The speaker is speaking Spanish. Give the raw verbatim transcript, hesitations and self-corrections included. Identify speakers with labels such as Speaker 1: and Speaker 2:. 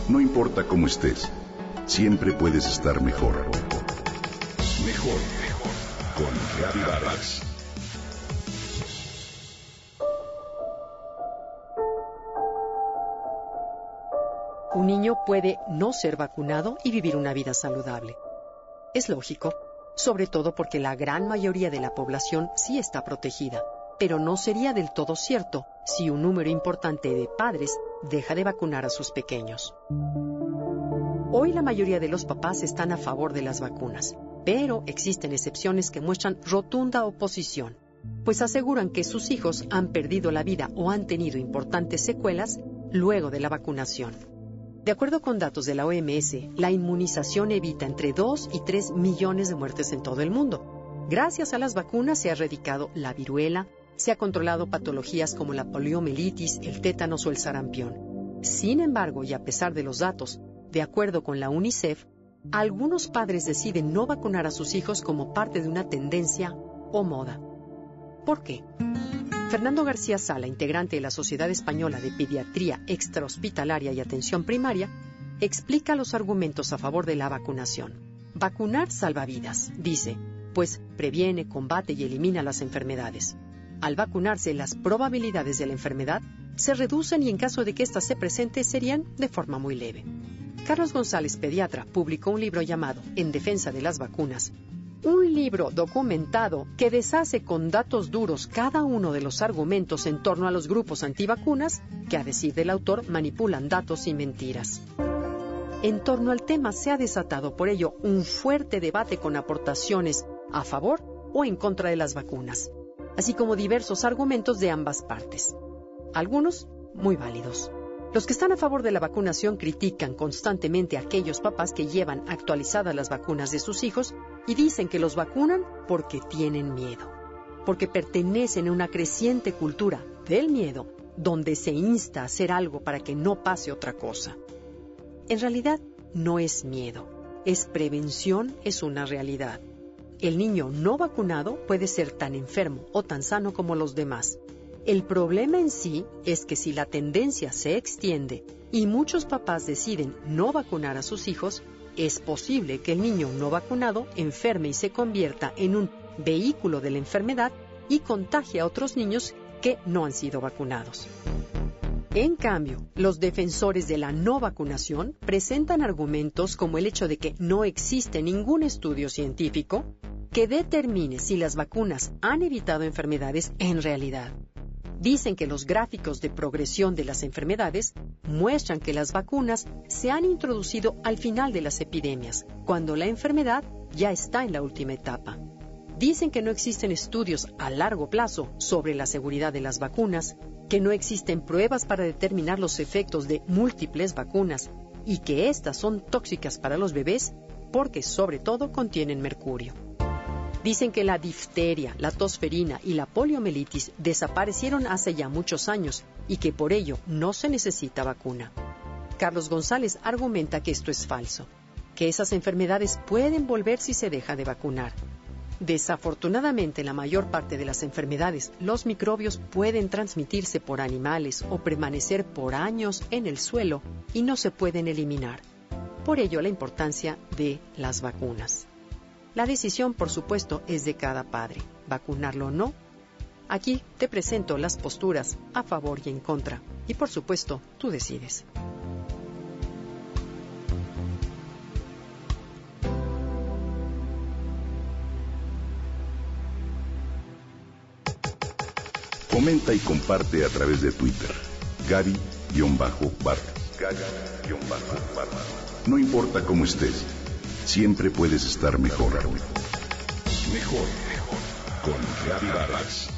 Speaker 1: No importa cómo estés, siempre puedes estar mejor. Mejor, mejor. Con Gaby Vargas.
Speaker 2: Un niño puede no ser vacunado y vivir una vida saludable. Es lógico, sobre todo porque la gran mayoría de la población sí está protegida, pero no sería del todo cierto si un número importante de padres deja de vacunar a sus pequeños. Hoy la mayoría de los papás están a favor de las vacunas, pero existen excepciones que muestran rotunda oposición, pues aseguran que sus hijos han perdido la vida o han tenido importantes secuelas luego de la vacunación. De acuerdo con datos de la O M S, la inmunización evita entre dos y tres millones de muertes en todo el mundo. Gracias a las vacunas se ha erradicado la viruela, se ha controlado patologías como la poliomielitis, el tétanos o el sarampión. Sin embargo, y a pesar de los datos, de acuerdo con la UNICEF, algunos padres deciden no vacunar a sus hijos como parte de una tendencia o moda. ¿Por qué? Fernando García Sala, integrante de la Sociedad Española de Pediatría Extrahospitalaria y Atención Primaria, explica los argumentos a favor de la vacunación. Vacunar salva vidas, dice, pues previene, combate y elimina las enfermedades. Al vacunarse, las probabilidades de la enfermedad se reducen y en caso de que ésta se presente, serían de forma muy leve. Carlos González, pediatra, publicó un libro llamado En defensa de las vacunas, un libro documentado que deshace con datos duros cada uno de los argumentos en torno a los grupos antivacunas que, a decir del autor, manipulan datos y mentiras. En torno al tema se ha desatado por ello un fuerte debate con aportaciones a favor o en contra de las vacunas, así como diversos argumentos de ambas partes, algunos muy válidos. Los que están a favor de la vacunación critican constantemente a aquellos papás que llevan actualizadas las vacunas de sus hijos y dicen que los vacunan porque tienen miedo, porque pertenecen a una creciente cultura del miedo donde se insta a hacer algo para que no pase otra cosa. En realidad, no es miedo, es prevención, es una realidad. El niño no vacunado puede ser tan enfermo o tan sano como los demás. El problema en sí es que si la tendencia se extiende y muchos papás deciden no vacunar a sus hijos, es posible que el niño no vacunado enferme y se convierta en un vehículo de la enfermedad y contagie a otros niños que no han sido vacunados. En cambio, los defensores de la no vacunación presentan argumentos como el hecho de que no existe ningún estudio científico que determine si las vacunas han evitado enfermedades en realidad. Dicen que los gráficos de progresión de las enfermedades muestran que las vacunas se han introducido al final de las epidemias, cuando la enfermedad ya está en la última etapa. Dicen que no existen estudios a largo plazo sobre la seguridad de las vacunas, que no existen pruebas para determinar los efectos de múltiples vacunas y que éstas son tóxicas para los bebés porque sobre todo contienen mercurio. Dicen que la difteria, la tosferina y la poliomielitis desaparecieron hace ya muchos años y que por ello no se necesita vacuna. Carlos González argumenta que esto es falso, que esas enfermedades pueden volver si se deja de vacunar. Desafortunadamente, en la mayor parte de las enfermedades, los microbios pueden transmitirse por animales o permanecer por años en el suelo y no se pueden eliminar. Por ello, la importancia de las vacunas. La decisión, por supuesto, es de cada padre, vacunarlo o no. Aquí te presento las posturas a favor y en contra, y por supuesto, tú decides.
Speaker 1: Comenta y comparte a través de Twitter. Gaby-Vargas. Gaby-Vargas. No importa cómo estés, siempre puedes estar mejor. Mejor, mejor. Con Gaby Vargas.